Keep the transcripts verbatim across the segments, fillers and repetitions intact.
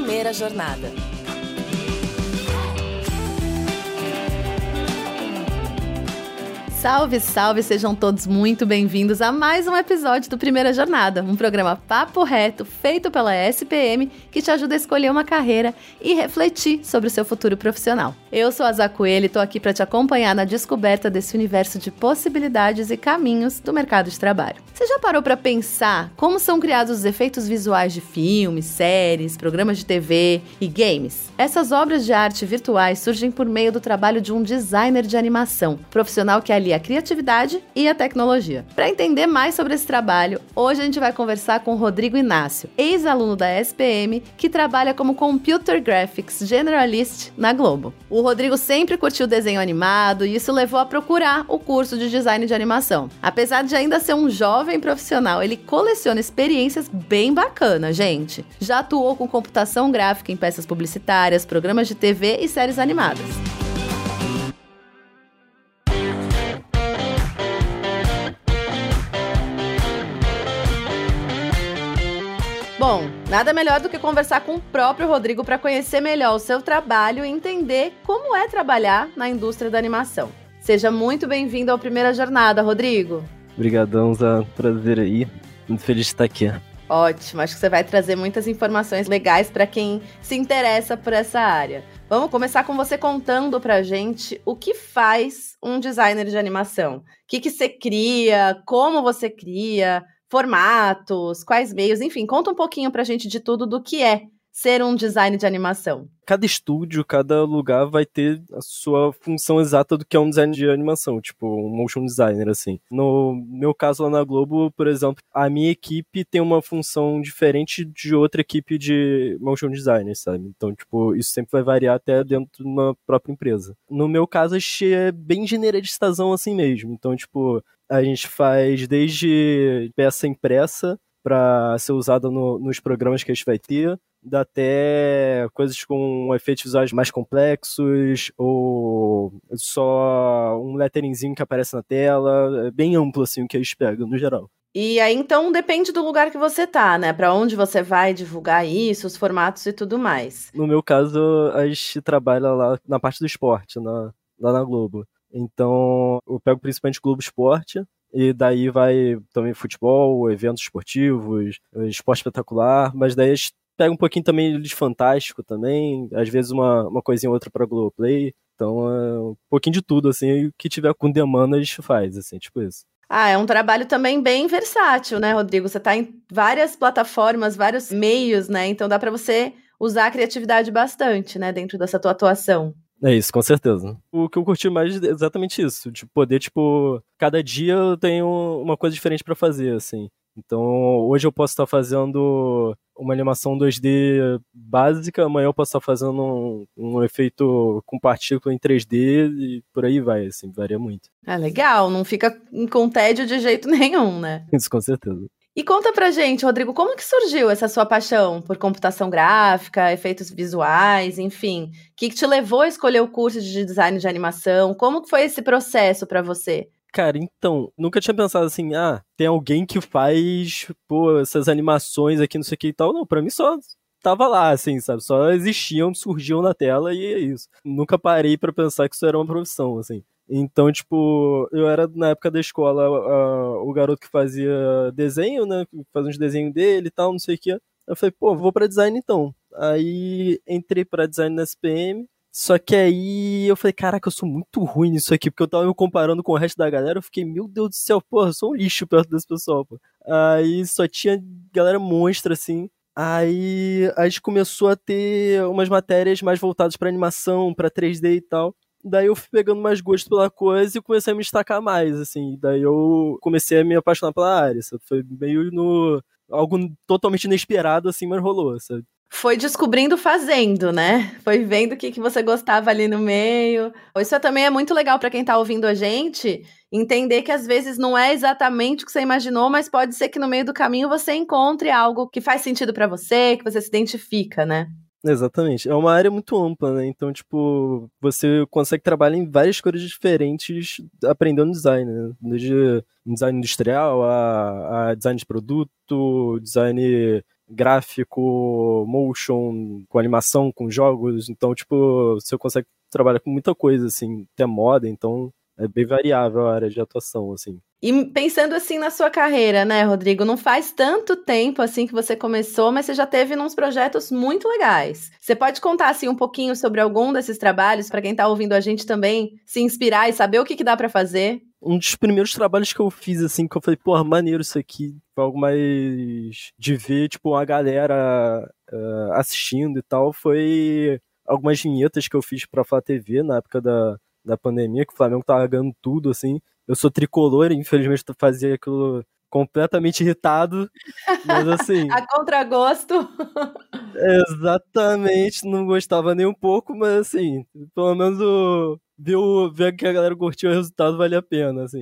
Primeira Jornada. Salve, salve! Sejam todos muito bem-vindos a mais um episódio do Primeira Jornada, um programa papo reto feito pela S P M que te ajuda a escolher uma carreira e refletir sobre o seu futuro profissional. Eu sou a Zá Coelho e estou aqui para te acompanhar na descoberta desse universo de possibilidades e caminhos do mercado de trabalho. Você já parou para pensar como são criados os efeitos visuais de filmes, séries, programas de T V e games? Essas obras de arte virtuais surgem por meio do trabalho de um designer de animação, profissional que alia a criatividade e a tecnologia. Para entender mais sobre esse trabalho, hoje a gente vai conversar com o Rodrigo Inácio, ex-aluno da S P M, que trabalha como Computer Graphics Generalist na Globo. O Rodrigo sempre curtiu desenho animado e isso levou a procurar o curso de design de animação. Apesar de ainda ser um jovem profissional, ele coleciona experiências bem bacanas, gente. Já atuou com computação gráfica em peças publicitárias, programas de T V e séries animadas. Bom, nada melhor do que conversar com o próprio Rodrigo para conhecer melhor o seu trabalho e entender como é trabalhar na indústria da animação. Seja muito bem-vindo ao Primeira Jornada, Rodrigo. Obrigadão, Zá. Prazer aí. Muito feliz de estar aqui. Ótimo, acho que você vai trazer muitas informações legais para quem se interessa por essa área. Vamos começar com você contando pra gente o que faz um designer de animação. O que, que você cria, como você cria, formatos, quais meios, enfim, conta um pouquinho pra gente de tudo do que é ser um design de animação. Cada estúdio, cada lugar vai ter a sua função exata do que é um design de animação, tipo um motion designer, assim. No meu caso lá na Globo, por exemplo, a minha equipe tem uma função diferente de outra equipe de motion designer, sabe? Então, tipo, isso sempre vai variar até dentro de uma própria empresa. No meu caso, é bem generalistazão assim mesmo. Então, tipo, a gente faz desde peça impressa para ser usada no, nos programas que a gente vai ter, dá até coisas com efeitos visuais mais complexos, ou só um letteringzinho que aparece na tela. É bem amplo assim o que a gente pega, no geral. E aí, então, depende do lugar que você tá, né? Pra onde você vai divulgar isso, os formatos e tudo mais. No meu caso, a gente trabalha lá na parte do esporte, na, lá na Globo. Então, eu pego principalmente Globo Esporte, e daí vai também futebol, eventos esportivos, esporte espetacular, mas daí a gente pega um pouquinho também de Fantástico também, às vezes uma, uma coisinha ou outra pra Globoplay. Então é um pouquinho de tudo, assim, e o que tiver com demanda a gente faz, assim, tipo isso. Ah, é um trabalho também bem versátil, né, Rodrigo? Você tá em várias plataformas, vários meios, né? Então dá pra você usar a criatividade bastante, né, dentro dessa tua atuação. É isso, com certeza. O que eu curti mais é exatamente isso, de poder, tipo, cada dia eu tenho uma coisa diferente pra fazer, assim. Então, hoje eu posso estar fazendo uma animação dois D básica, amanhã eu posso estar fazendo um, um efeito com partícula em três D e por aí vai, assim, varia muito. Ah, legal, não fica com tédio de jeito nenhum, né? Isso, com certeza. E conta pra gente, Rodrigo, como que surgiu essa sua paixão por computação gráfica, efeitos visuais, enfim? O que, que te levou a escolher o curso de design de animação? Como foi esse processo pra você? Cara, então, nunca tinha pensado assim, ah, tem alguém que faz, pô, essas animações aqui, não sei o que e tal. Não, pra mim só tava lá, assim, sabe? Só existiam, surgiam na tela e é isso. Nunca parei pra pensar que isso era uma profissão, assim. Então, tipo, eu era, na época da escola, a, o garoto que fazia desenho, né? Fazia uns desenhos dele e tal, não sei o que. Eu falei, pô, vou pra design então. Aí entrei pra design na S P M. Só que aí eu falei, caraca, eu sou muito ruim nisso aqui, porque eu tava me comparando com o resto da galera, eu fiquei, meu Deus do céu, porra, eu sou um lixo perto desse pessoal, pô. Aí só tinha galera monstra, assim. Aí a gente começou a ter umas matérias mais voltadas pra animação, pra três D e tal. Daí eu fui pegando mais gosto pela coisa e comecei a me destacar mais, assim. Daí eu comecei a me apaixonar pela área, sabe? Foi meio no... algo totalmente inesperado, assim, mas rolou, sabe? Foi descobrindo fazendo, né? Foi vendo o que, que você gostava ali no meio. Isso também é muito legal para quem tá ouvindo a gente, entender que às vezes não é exatamente o que você imaginou, mas pode ser que no meio do caminho você encontre algo que faz sentido para você, que você se identifica, né? Exatamente. É uma área muito ampla, né? Então, tipo, você consegue trabalhar em várias coisas diferentes aprendendo design, né? Desde design industrial a, a design de produto, design gráfico, motion, com animação, com jogos. Então, tipo, você consegue trabalhar com muita coisa, assim, até moda, então é bem variável a área de atuação, assim. E pensando assim na sua carreira, né, Rodrigo? Não faz tanto tempo assim que você começou, mas você já teve uns projetos muito legais. Você pode contar assim um pouquinho sobre algum desses trabalhos para quem tá ouvindo a gente também se inspirar e saber o que, que dá para fazer? Um dos primeiros trabalhos que eu fiz, assim, que eu falei, pô, maneiro isso aqui, foi algo mais de ver, tipo, uma galera uh, assistindo e tal, foi algumas vinhetas que eu fiz pra Flá T V na época da, da pandemia, que o Flamengo tava ganhando tudo, assim. Eu sou tricolor, infelizmente fazia aquilo completamente irritado, mas assim... A contragosto. Exatamente, não gostava nem um pouco, mas assim, pelo menos o, ver, o, ver que a galera curtiu o resultado vale a pena, assim.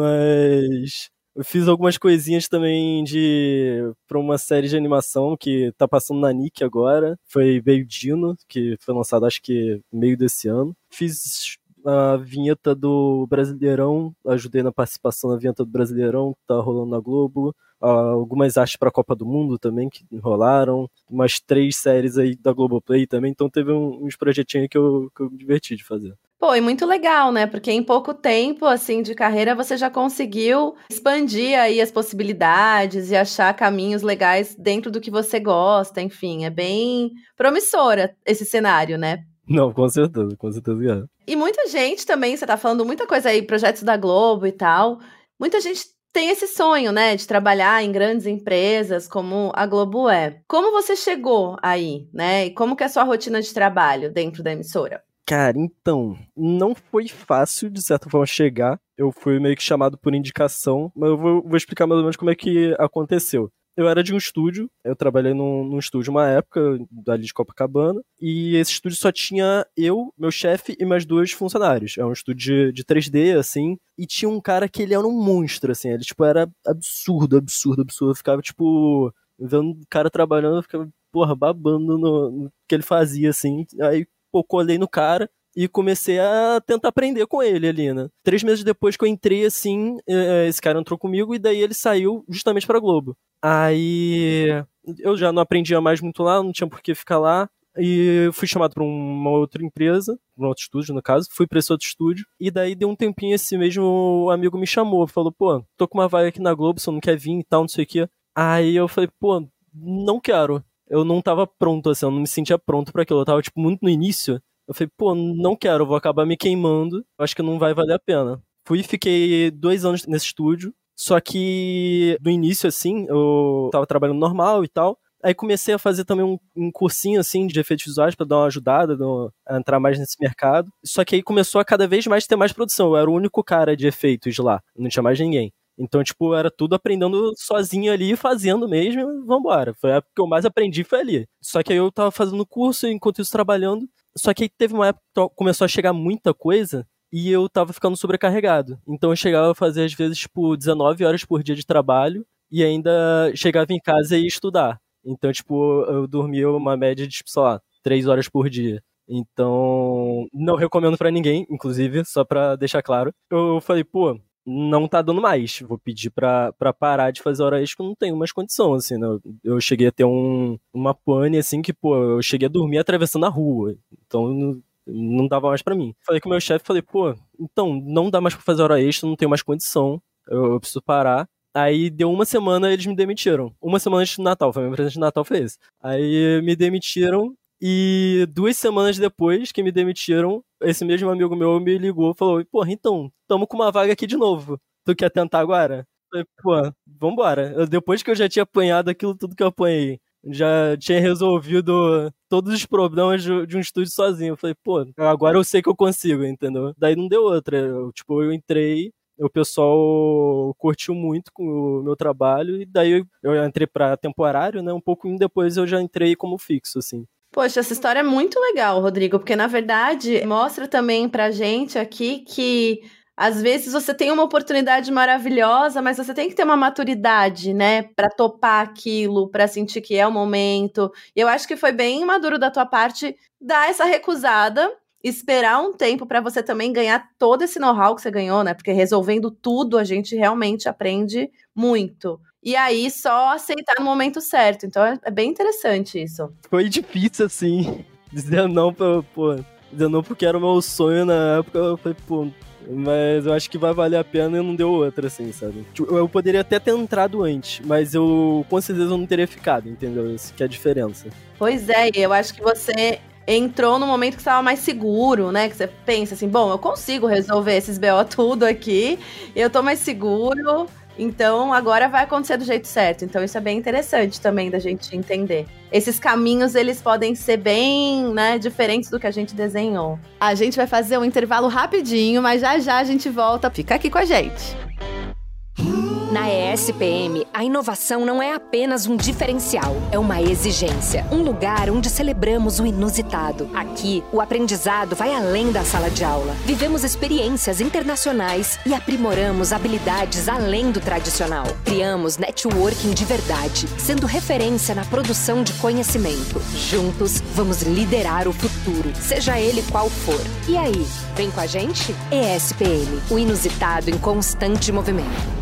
Mas eu fiz algumas coisinhas também de pra uma série de animação que tá passando na Nick agora, foi Baby Dino, que foi lançado acho que no meio desse ano. Fiz a vinheta do Brasileirão, ajudei na participação na vinheta do Brasileirão, que tá rolando na Globo, uh, algumas artes pra Copa do Mundo também, que rolaram, umas três séries aí da Globoplay também, então teve um, uns projetinhos que eu, que eu me diverti de fazer. Pô, e muito legal, né? Porque em pouco tempo, assim, de carreira, você já conseguiu expandir aí as possibilidades e achar caminhos legais dentro do que você gosta, enfim, é bem promissora esse cenário, né? Não, com certeza, com certeza é. E muita gente também, você tá falando muita coisa aí, projetos da Globo e tal, muita gente tem esse sonho, né, de trabalhar em grandes empresas como a Globo é. Como você chegou aí, né, e como que é a sua rotina de trabalho dentro da emissora? Cara, então, não foi fácil, de certa forma, chegar. Eu fui meio que chamado por indicação, mas eu vou, vou explicar mais ou menos como é que aconteceu. Eu era de um estúdio, eu trabalhei num, num estúdio uma época, dali de Copacabana, e esse estúdio só tinha eu, meu chefe e mais dois funcionários. É um estúdio de, de três D, assim, e tinha um cara que ele era um monstro, assim, ele, tipo, era absurdo, absurdo, absurdo. Eu ficava, tipo, vendo o cara trabalhando, eu ficava, porra, babando no, no que ele fazia, assim. Aí, pô, colei no cara e comecei a tentar aprender com ele ali, né? Três meses depois que eu entrei, assim, esse cara entrou comigo e daí ele saiu justamente pra Globo. Aí eu já não aprendia mais muito lá, não tinha por que ficar lá. E fui chamado pra uma outra empresa, um outro estúdio, no caso. Fui pra esse outro estúdio. E daí deu um tempinho, esse mesmo amigo me chamou. Falou, pô, tô com uma vaga aqui na Globo, você não quer vir e tal, não sei o quê. Aí eu falei, pô, não quero. Eu não tava pronto, assim, eu não me sentia pronto pra aquilo. Eu tava, tipo, muito no início. Eu falei, pô, não quero, eu vou acabar me queimando. Acho que não vai valer a pena. Fui e fiquei dois anos nesse estúdio. Só que no início, assim, eu tava trabalhando normal e tal. Aí comecei a fazer também um, um cursinho, assim, de efeitos visuais pra dar uma ajudada no, a entrar mais nesse mercado. Só que aí começou a cada vez mais ter mais produção. Eu era o único cara de efeitos lá. Não tinha mais ninguém. Então, tipo, era tudo aprendendo sozinho ali, fazendo mesmo, e vambora. Foi a época que eu mais aprendi, foi ali. Só que aí eu tava fazendo curso, enquanto isso trabalhando. Só que aí teve uma época que começou a chegar muita coisa e eu tava ficando sobrecarregado. Então eu chegava a fazer, às vezes, tipo, dezenove horas por dia de trabalho e ainda chegava em casa e ia estudar. Então, tipo, eu dormia uma média de, tipo, sei lá, três horas por dia. Então, não recomendo pra ninguém, inclusive, só pra deixar claro. Eu falei, pô, não tá dando mais. Vou pedir pra, pra parar de fazer hora extra, que eu não tenho mais condição, assim, né? Eu cheguei a ter um, uma pane, assim, que, pô, eu cheguei a dormir atravessando a rua. Então, não, não dava mais pra mim. Falei com o meu chefe, falei, pô, então, não dá mais pra fazer hora extra, não tenho mais condição. Eu, eu preciso parar. Aí deu uma semana, eles me demitiram. Uma semana antes do Natal, foi meu presente de Natal, foi esse. Aí me demitiram. E duas semanas depois que me demitiram, esse mesmo amigo meu me ligou e falou, porra, então, tamo com uma vaga aqui de novo. Tu quer tentar agora? Eu falei, pô, vambora. Eu, depois que eu já tinha apanhado aquilo tudo que eu apanhei, já tinha resolvido todos os problemas de, de um estúdio sozinho. Eu falei, pô, agora eu sei que eu consigo, entendeu? Daí não deu outra. Eu, tipo, eu entrei, o pessoal curtiu muito com o meu trabalho, e daí eu entrei pra temporário, né? Um pouco depois eu já entrei como fixo, assim. Poxa, essa história é muito legal, Rodrigo, porque na verdade mostra também pra gente aqui que às vezes você tem uma oportunidade maravilhosa, mas você tem que ter uma maturidade, né, pra topar aquilo, pra sentir que é o momento. E eu acho que foi bem maduro da tua parte dar essa recusada esperar um tempo para você também ganhar todo esse know-how que você ganhou, né? Porque resolvendo tudo, a gente realmente aprende muito. E aí, só aceitar no momento certo. Então, é bem interessante isso. Foi difícil, assim, dizer não pra, pô, dizer não porque era o meu sonho na época. Eu falei, pô, mas eu acho que vai valer a pena e não deu outra, assim, sabe? Eu poderia até ter entrado antes, mas eu, com certeza, eu não teria ficado, entendeu? Isso que é a diferença. Pois é, e eu acho que você entrou no momento que você estava mais seguro, né? Que você pensa assim, bom, eu consigo resolver esses B O tudo aqui, eu tô mais seguro, então agora vai acontecer do jeito certo. Então isso é bem interessante também da gente entender. Esses caminhos, eles podem ser bem, né, diferentes do que a gente desenhou. A gente vai fazer um intervalo rapidinho, mas já já a gente volta. Fica aqui com a gente. Na E S P M, a inovação não é apenas um diferencial, é uma exigência. Um lugar onde celebramos o inusitado. Aqui, o aprendizado vai além da sala de aula. Vivemos experiências internacionais e aprimoramos habilidades além do tradicional. Criamos networking de verdade, sendo referência na produção de conhecimento. Juntos, vamos liderar o futuro, seja ele qual for. E aí, vem com a gente? E S P M, o inusitado em constante movimento.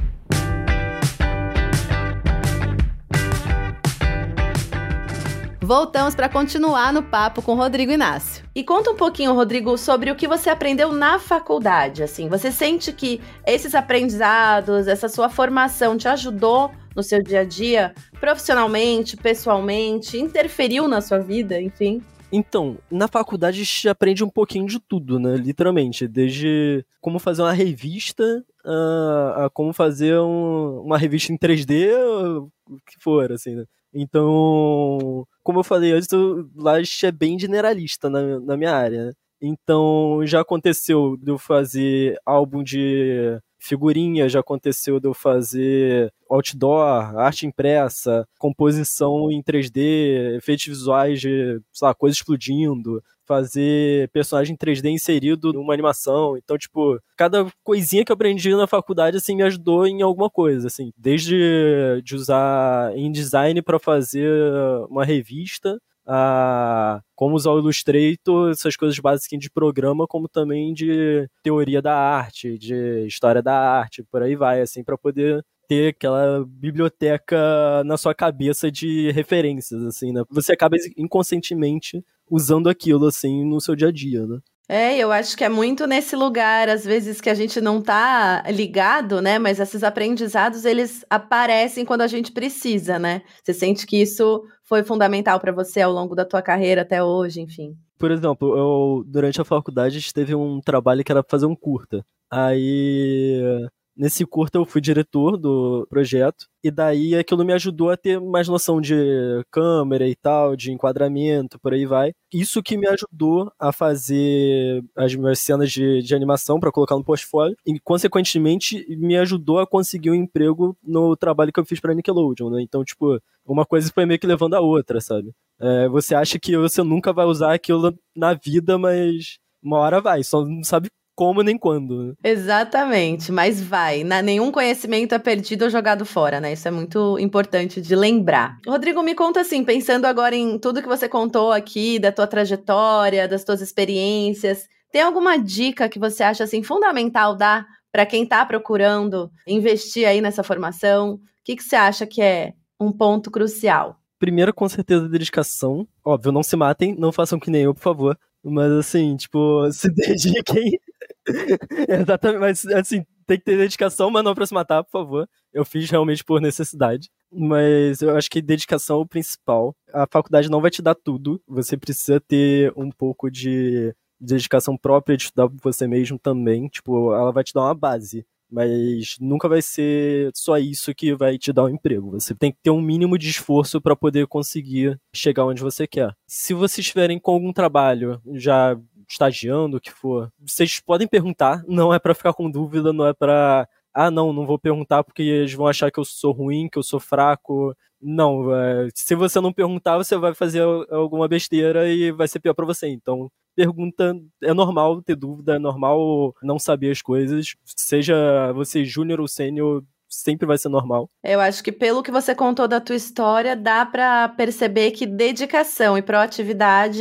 Voltamos para continuar no papo com o Rodrigo Inácio. E conta um pouquinho, Rodrigo, sobre o que você aprendeu na faculdade. Assim, você sente que esses aprendizados, essa sua formação te ajudou no seu dia a dia, profissionalmente, pessoalmente, interferiu na sua vida, enfim? Então, na faculdade a gente aprende um pouquinho de tudo, né? Literalmente, desde como fazer uma revista, a, a como fazer um, uma revista em três D, o que for, assim, né? Então, como eu falei antes, eu, lá a gente é bem generalista na, na minha área, né? Então, já aconteceu de eu fazer álbum de figurinha, já aconteceu de eu fazer outdoor, arte impressa, composição em três D, efeitos visuais de, sei lá, coisa explodindo, fazer personagem três D inserido numa animação. Então, tipo, cada coisinha que eu aprendi na faculdade, assim, me ajudou em alguma coisa, assim. Desde de usar InDesign para fazer uma revista, a como usar o Illustrator, essas coisas básicas de programa, como também de teoria da arte, de história da arte, por aí vai, assim, para poder ter aquela biblioteca na sua cabeça de referências, assim, né? Você acaba inconscientemente usando aquilo, assim, no seu dia a dia, né? É, eu acho que é muito nesse lugar, às vezes, que a gente não tá ligado, né? Mas esses aprendizados, eles aparecem quando a gente precisa, né? Você sente que isso foi fundamental para você ao longo da tua carreira até hoje, enfim. Por exemplo, eu, durante a faculdade, a gente teve um trabalho que era fazer um curta. Aí, nesse curta eu fui diretor do projeto, e daí aquilo me ajudou a ter mais noção de câmera e tal, de enquadramento, por aí vai. Isso que me ajudou a fazer as minhas cenas de, de animação para colocar no portfólio, e consequentemente me ajudou a conseguir um emprego no trabalho que eu fiz pra Nickelodeon, né? Então, tipo, uma coisa foi meio que levando a outra, sabe? É, você acha que você nunca vai usar aquilo na vida, mas uma hora vai, só não sabe como nem quando, né? Exatamente, mas vai. Na, nenhum conhecimento é perdido ou jogado fora, né? Isso é muito importante de lembrar. Rodrigo, me conta assim, pensando agora em tudo que você contou aqui, da tua trajetória, das tuas experiências, tem alguma dica que você acha assim fundamental dar para quem está procurando investir aí nessa formação? O que, que você acha que é um ponto crucial? Primeiro, com certeza, dedicação. Óbvio, não se matem, não façam que nem eu, por favor. Mas assim, tipo, se dediquem. Exatamente, mas assim, tem que ter dedicação, mas não pra se matar, por favor. Eu fiz realmente por necessidade. Mas eu acho que dedicação é o principal. A faculdade não vai te dar tudo. Você precisa ter um pouco de dedicação própria, de estudar por você mesmo também. Tipo, ela vai te dar uma base. Mas nunca vai ser só isso que vai te dar um emprego. Você tem que ter um mínimo de esforço para poder conseguir chegar onde você quer. Se vocês estiverem com algum trabalho, já estagiando, o que for, vocês podem perguntar. Não é para ficar com dúvida, não é para... Ah, não, não vou perguntar porque eles vão achar que eu sou ruim, que eu sou fraco. Não, é... se você não perguntar, você vai fazer alguma besteira e vai ser pior para você. Então, pergunta, é normal ter dúvida, é normal não saber as coisas, seja você júnior ou sênior, sempre vai ser normal. Eu acho que pelo que você contou da tua história, dá pra perceber que dedicação e proatividade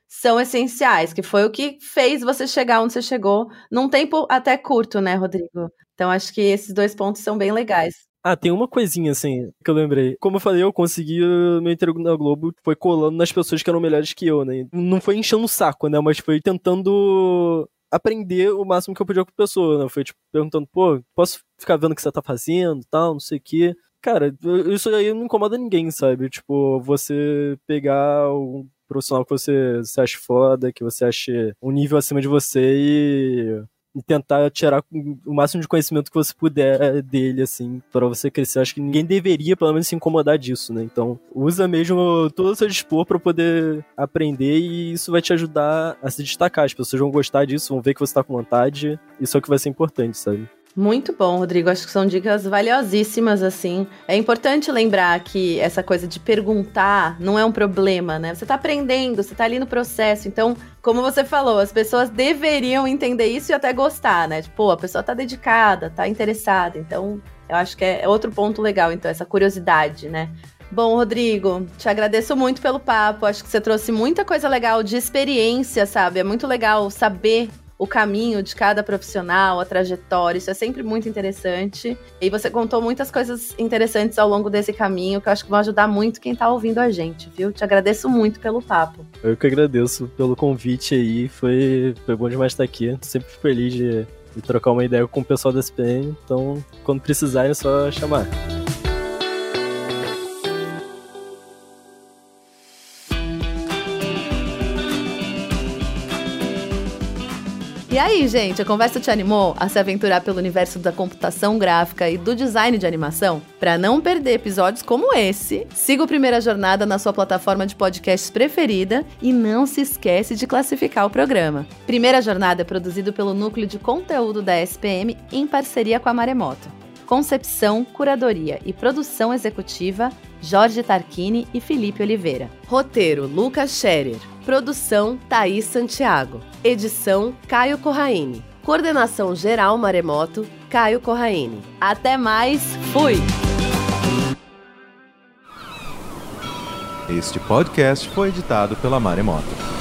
são essenciais, que foi o que fez você chegar onde você chegou, num tempo até curto, né, Rodrigo? Então, acho que esses dois pontos são bem legais. Ah, tem uma coisinha, assim, que eu lembrei. Como eu falei, eu consegui o meu emprego na Globo, foi colando nas pessoas que eram melhores que eu, né? Não foi enchendo o saco, né? Mas foi tentando aprender o máximo que eu podia com a pessoa, né? Foi, tipo, perguntando, pô, posso ficar vendo o que você tá fazendo, tal, não sei o quê. Cara, isso aí não incomoda ninguém, sabe? Tipo, você pegar um profissional que você, você acha foda, que você acha um nível acima de você e... e tentar tirar o máximo de conhecimento que você puder dele, assim, pra você crescer. Acho que ninguém deveria, pelo menos, se incomodar disso, né? Então, usa mesmo todo o seu dispor pra poder aprender e isso vai te ajudar a se destacar. As pessoas vão gostar disso, vão ver que você tá com vontade. Isso é o que vai ser importante, sabe? Muito bom, Rodrigo. Acho que são dicas valiosíssimas, assim. É importante lembrar que essa coisa de perguntar não é um problema, né? Você tá aprendendo, você tá ali no processo. Então, como você falou, as pessoas deveriam entender isso e até gostar, né? Tipo, a pessoa tá dedicada, tá interessada. Então, eu acho que é outro ponto legal, então, essa curiosidade, né? Bom, Rodrigo, te agradeço muito pelo papo. Acho que você trouxe muita coisa legal de experiência, sabe? É muito legal saber o caminho de cada profissional, a trajetória, isso é sempre muito interessante. E você contou muitas coisas interessantes ao longo desse caminho, que eu acho que vão ajudar muito quem tá ouvindo a gente, viu? Te agradeço muito pelo papo. Eu que agradeço pelo convite aí, foi, foi bom demais estar aqui. Tô sempre feliz de, de trocar uma ideia com o pessoal da S P M, então quando precisarem é só chamar. E aí, gente, a conversa te animou a se aventurar pelo universo da computação gráfica e do design de animação? Para não perder episódios como esse, siga o Primeira Jornada na sua plataforma de podcasts preferida e não se esquece de classificar o programa. Primeira Jornada é produzido pelo Núcleo de Conteúdo da S P M em parceria com a Maremoto. Concepção, curadoria e produção executiva, Jorge Tarquini e Felipe Oliveira. Roteiro, Lucas Scherer. Produção, Thaís Santiago. Edição, Caio Corraine. Coordenação geral Maremoto, Caio Corraine. Até mais, fui! Este podcast foi editado pela Maremoto.